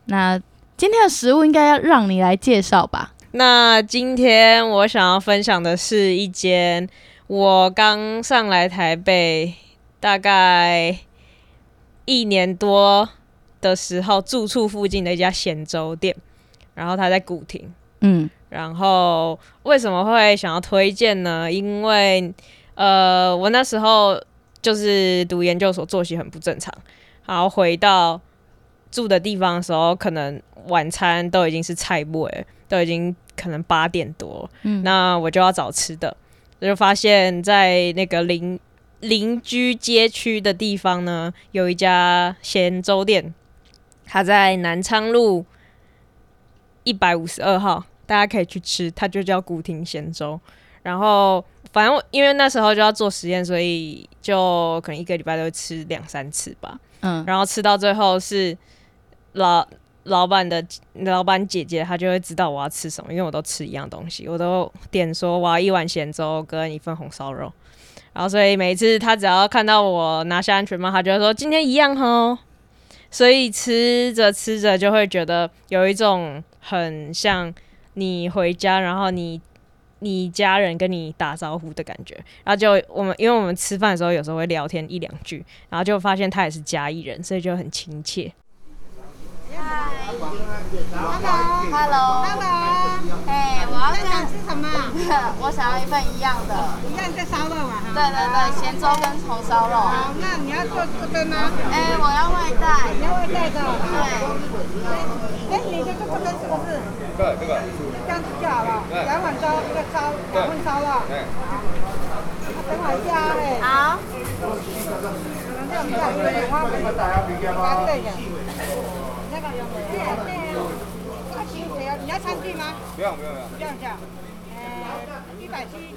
那今天的食物应该要让你来介绍吧？ 那今天我想要分享的是一间我刚上来台北大概1年多的时候住处附近的一家咸粥店，然后它在古亭。然后为什么会想要推荐呢？因为我那时候就是读研究所，作息很不正常，然后回到住的地方的时候，可能晚餐都已经是菜尾了，都已经可能8点多，那我就要找吃的，我就发现在那个邻居街区的地方呢，有一家咸粥店，它在南昌路152号，大家可以去吃，它就叫古亭咸粥。然后反正因为那时候就要做实验，所以就可能1个礼拜都会吃2-3次吧。然后吃到最后是老板姐姐，她就会知道我要吃什么，因为我都吃一样东西，我都点说我要1碗咸粥跟1份红烧肉。然后所以每一次她只要看到我拿下安全帽，她就会说今天一样齁。所以吃着吃着就会觉得有一种很像你回家，然后你家人跟你打招呼的感觉。然后因为我们吃饭的时候有时候会聊天1-2句，然后就发现他也是嘉义人，所以就很亲切。 嗨 ，Hello， 哎，我要想吃什么？我想要1份一样的， 一样在烧肉嘛？ 对对对，咸粥跟红烧肉。 好，那你要做这边吗？ 哎，我要外带。 你要外带的？ 对。 哎，你就做这边是不是？对，这个。这样子就好了。2碗粥，一个烧，2份烧肉。对。等我一下嘞。好。这样子啊，因为我干这个。那个有没有？你要餐具吗？不用。这样讲，170。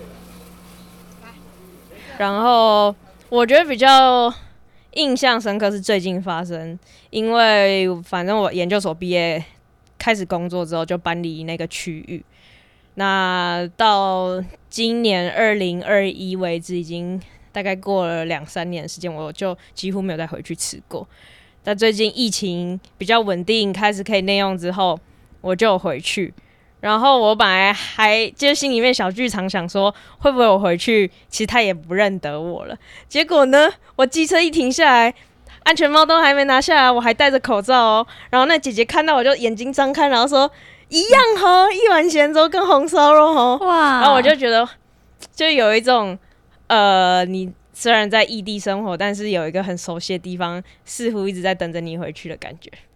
然后我觉得比较印象深刻是最近发生，因为反正我研究所毕业开始工作之后就搬离那个区域，那到今年2021为止，已经大概过了2-3年的时间，我就几乎没有再回去吃过。但最近疫情比较稳定，开始可以内用之后，我就有回去。然后我本来还就心里面小剧场想说，会不会我回去，其实他也不认得我了。结果呢，我机车一停下来，安全帽都还没拿下来，我还戴着口罩哦。然后那姐姐看到我就眼睛张开，然后说一样哦，1碗咸粥跟红烧肉哦。哇！然后我就觉得，就有一种你虽然在异地生活，但是有一个很熟悉的地方，似乎一直在等着你回去的感觉。